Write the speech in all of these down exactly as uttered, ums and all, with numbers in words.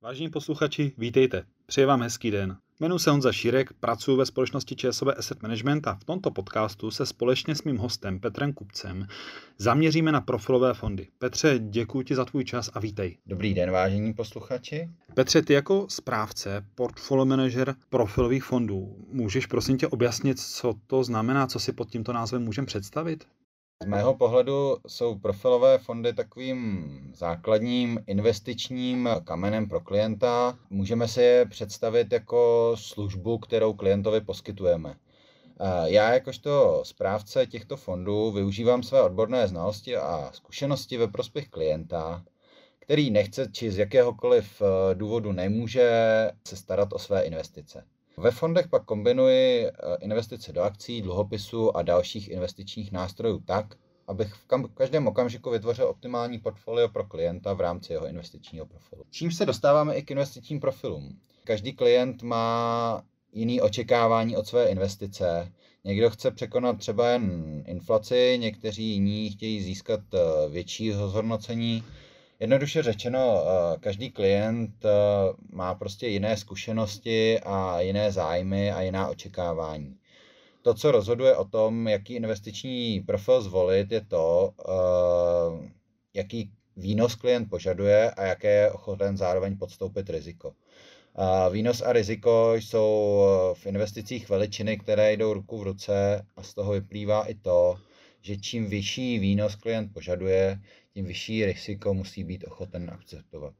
Vážení posluchači, vítejte. Přeji vám hezký den. Jmenuji se Honza Šírek, pracuji ve společnosti ČSOB Asset Management a v tomto podcastu se společně s mým hostem Petrem Kupcem zaměříme na profilové fondy. Petře, děkuji ti za tvůj čas a vítej. Dobrý den, vážení posluchači. Petře, ty jako správce, portfolio manager profilových fondů, můžeš prosím tě objasnit, co to znamená, co si pod tímto názvem můžeme představit? Z mého pohledu jsou profilové fondy takovým základním investičním kamenem pro klienta. Můžeme si je představit jako službu, kterou klientovi poskytujeme. Já jakožto správce těchto fondů využívám své odborné znalosti a zkušenosti ve prospěch klienta, který nechce či z jakéhokoliv důvodu nemůže se starat o své investice. Ve fondech pak kombinuji investice do akcí, dluhopisů a dalších investičních nástrojů tak, abych v každém okamžiku vytvořil optimální portfolio pro klienta v rámci jeho investičního profilu. Čímž se dostáváme i k investičním profilům. Každý klient má jiný očekávání od své investice. Někdo chce překonat třeba jen inflaci, někteří jiní chtějí získat větší zhodnocení. Jednoduše řečeno, každý klient má prostě jiné zkušenosti a jiné zájmy a jiná očekávání. To, co rozhoduje o tom, jaký investiční profil zvolit, je to, jaký výnos klient požaduje a jaké je ochoten zároveň podstoupit riziko. Výnos a riziko jsou v investicích veličiny, které jdou ruku v ruce a z toho vyplývá i to, že čím vyšší výnos klient požaduje, tím vyšší riziko musí být ochoten akceptovat.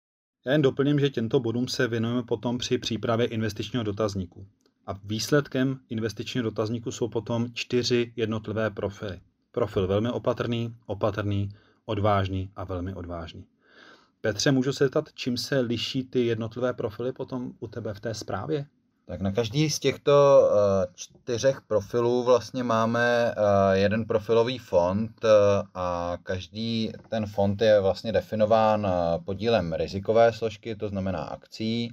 Já jen doplním, že těmto bodům se věnujeme potom při přípravě investičního dotazníku. A výsledkem investičního dotazníku jsou potom čtyři jednotlivé profily. Profil velmi opatrný, opatrný, odvážný a velmi odvážný. Petře, můžu se zeptat, čím se liší ty jednotlivé profily potom u tebe v té zprávě? Tak na každý z těchto čtyřech profilů vlastně máme jeden profilový fond a každý ten fond je vlastně definován podílem rizikové složky, to znamená akcí,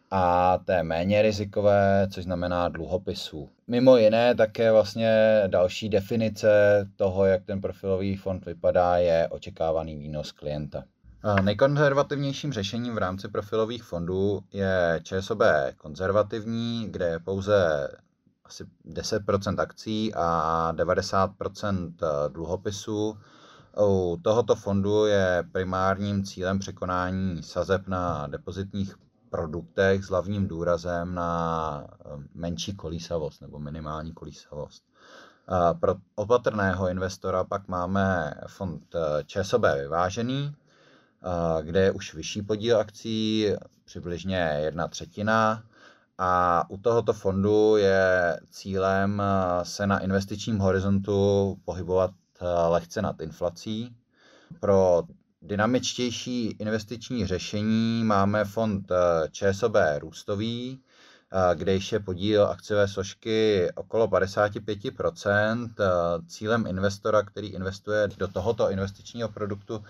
a té méně rizikové, což znamená dluhopisů. Mimo jiné také vlastně další definice toho, jak ten profilový fond vypadá, je očekávaný výnos klienta. Nejkonzervativnějším řešením v rámci profilových fondů je ČSOB konzervativní, kde je pouze asi deset procent akcí a devadesát procent dluhopisů. U tohoto fondu je primárním cílem překonání sazeb na depozitních produktech s hlavním důrazem na menší kolísavost nebo minimální kolísavost. Pro opatrného investora pak máme fond ČSOB vyvážený, kde je už vyšší podíl akcí, přibližně jedna třetina. A u tohoto fondu je cílem se na investičním horizontu pohybovat lehce nad inflací. Pro dynamičtější investiční řešení máme fond ČSOB růstový, kde je podíl akciové složky okolo padesát pět procent. Cílem investora, který investuje do tohoto investičního produktu,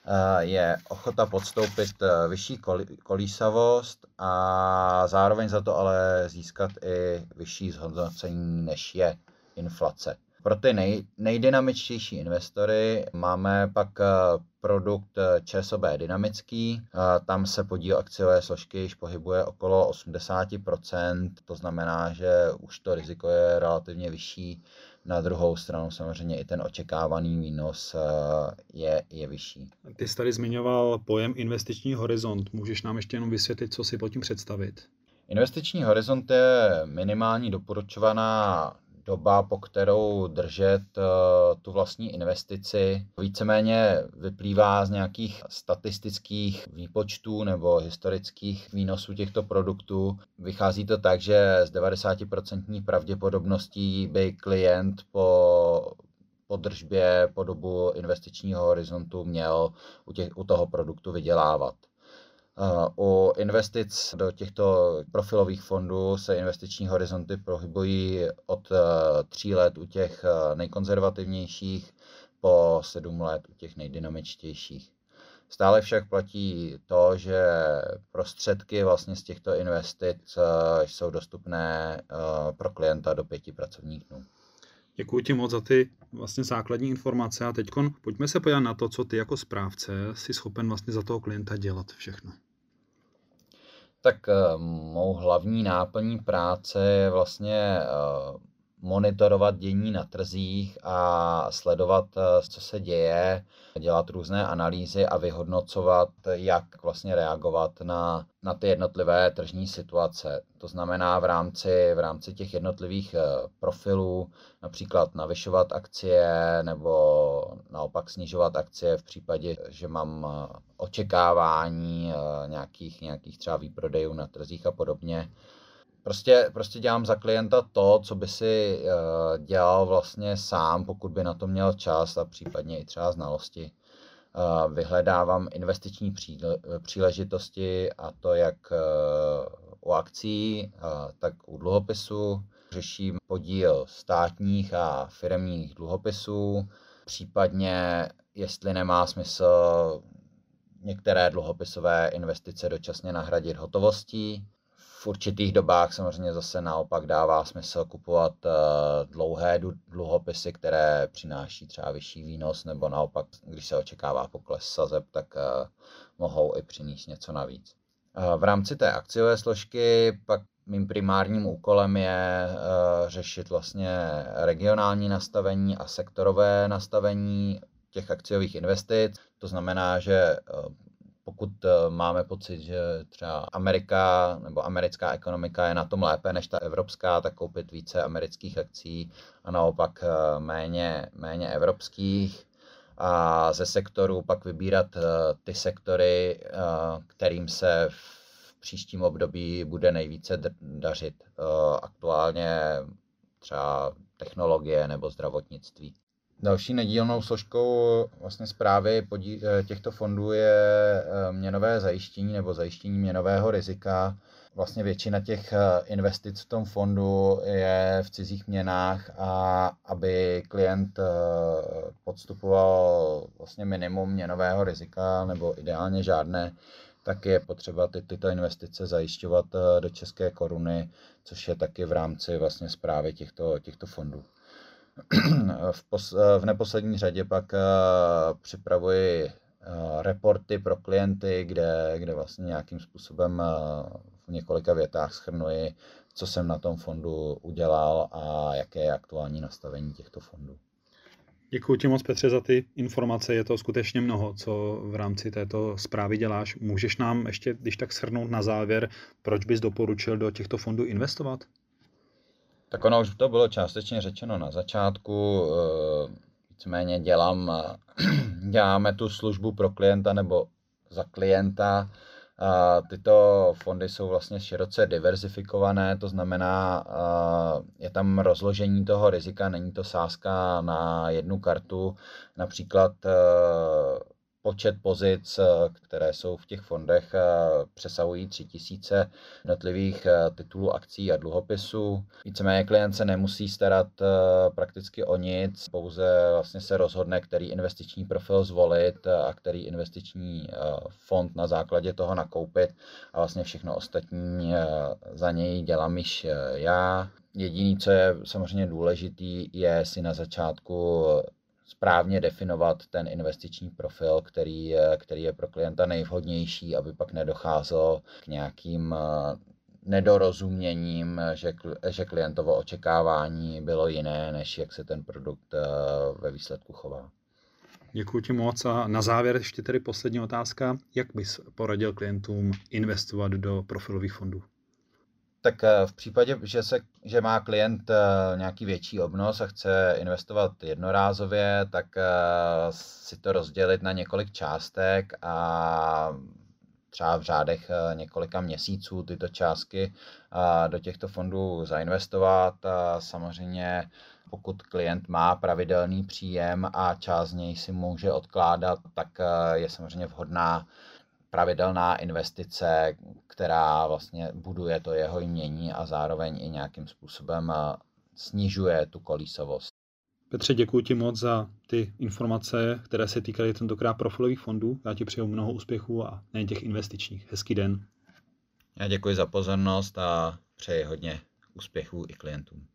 je ochota podstoupit vyšší kolísavost a zároveň za to ale získat i vyšší zhodnocení, než je inflace. Pro ty nej, nejdynamičtější investory máme pak produkt ČSOB dynamický. Tam se podíl akciové složky již pohybuje okolo osmdesát procent, to znamená, že už to riziko je relativně vyšší. Na druhou stranu samozřejmě i ten očekávaný výnos je, je vyšší. Ty jsi tady zmiňoval pojem investiční horizont. Můžeš nám ještě jenom vysvětlit, co si pod tím představit? Investiční horizont je minimální doporučovaná doba, po kterou držet tu vlastní investici. Víceméně vyplývá z nějakých statistických výpočtů nebo historických výnosů těchto produktů. Vychází to tak, že z devadesát procent pravděpodobností by klient po po držbě po dobu investičního horizontu měl u, těch, u toho produktu vydělávat. U investic do těchto profilových fondů se investiční horizonty pohybují od tří let u těch nejkonzervativnějších po sedm let u těch nejdynamičtějších. Stále však platí to, že prostředky vlastně z těchto investic jsou dostupné pro klienta do pěti pracovních dnů. Děkuji ti moc za ty vlastně základní informace a teď pojďme se podívat na to, co ty jako správce jsi schopen vlastně za toho klienta dělat všechno. Tak mou hlavní náplní práce je vlastně monitorovat dění na trzích a sledovat, co se děje, dělat různé analýzy a vyhodnocovat, jak vlastně reagovat na, na ty jednotlivé tržní situace. To znamená v rámci, v rámci těch jednotlivých profilů, například navyšovat akcie nebo naopak snižovat akcie v případě, že mám očekávání nějakých, nějakých třeba výprodejů na trzích a podobně. Prostě, prostě dělám za klienta to, co by si uh, dělal vlastně sám, pokud by na to měl čas a případně i třeba znalosti. Uh, vyhledávám investiční příležitosti, a to jak uh, u akcí, uh, tak u dluhopisů. Řeším podíl státních a firemních dluhopisů, případně jestli nemá smysl některé dluhopisové investice dočasně nahradit hotovostí. V určitých dobách samozřejmě zase naopak dává smysl kupovat dlouhé dluhopisy, které přináší třeba vyšší výnos, nebo naopak, když se očekává pokles sazeb, tak mohou i přinést něco navíc. V rámci té akciové složky pak mým primárním úkolem je řešit vlastně regionální nastavení a sektorové nastavení těch akciových investic. To znamená, že pokud máme pocit, že třeba Amerika nebo americká ekonomika je na tom lépe než ta evropská, tak koupit více amerických akcí a naopak méně, méně evropských. A ze sektoru pak vybírat ty sektory, kterým se v příštím období bude nejvíce dařit. Aktuálně třeba technologie nebo zdravotnictví. Další nedílnou složkou vlastně správy těchto fondů je měnové zajištění nebo zajištění měnového rizika. Vlastně většina těch investic v tom fondu je v cizích měnách a aby klient podstupoval vlastně minimum měnového rizika nebo ideálně žádné, tak je potřeba ty, tyto investice zajišťovat do české koruny, což je taky v rámci vlastně správy těchto, těchto fondů. V, pos, v neposlední řadě pak uh, připravuji uh, reporty pro klienty, kde, kde vlastně nějakým způsobem uh, v několika větách shrnuji, co jsem na tom fondu udělal a jaké je aktuální nastavení těchto fondů. Děkuji ti moc, Petře, za ty informace. Je to skutečně mnoho, co v rámci této zprávy děláš. Můžeš nám ještě, když tak shrnout na závěr, proč bys doporučil do těchto fondů investovat? Tak ono už to bylo částečně řečeno na začátku, víceméně dělám, děláme tu službu pro klienta nebo za klienta. Tyto fondy jsou vlastně široce diverzifikované, to znamená, je tam rozložení toho rizika, není to sázka na jednu kartu, například počet pozic, které jsou v těch fondech, přesahují tři tisíce jednotlivých titulů, akcí a dluhopisů. Víceméně klient se nemusí starat prakticky o nic, pouze vlastně se rozhodne, který investiční profil zvolit a který investiční fond na základě toho nakoupit a vlastně všechno ostatní za něj dělám již já. Jediné, co je samozřejmě důležitý, je si na začátku správně definovat ten investiční profil, který je, který je pro klienta nejvhodnější, aby pak nedocházelo k nějakým nedorozuměním, že, že klientovo očekávání bylo jiné, než jak se ten produkt ve výsledku chová. Děkuji ti moc a na závěr ještě tedy poslední otázka. Jak bys poradil klientům investovat do profilových fondů? Tak v případě, že, se, že má klient nějaký větší obnos a chce investovat jednorázově, tak si to rozdělit na několik částek a třeba v řádech několika měsíců tyto částky do těchto fondů zainvestovat. A samozřejmě pokud klient má pravidelný příjem a část z něj si může odkládat, tak je samozřejmě vhodná pravidelná investice, která vlastně buduje to jeho jmění a zároveň i nějakým způsobem snižuje tu kolísovost. Petře, děkuji ti moc za ty informace, které se týkaly tentokrát profilových fondů. Já ti přeju mnoho úspěchů a nejen těch investičních. Hezký den. Já děkuji za pozornost a přeji hodně úspěchů i klientům.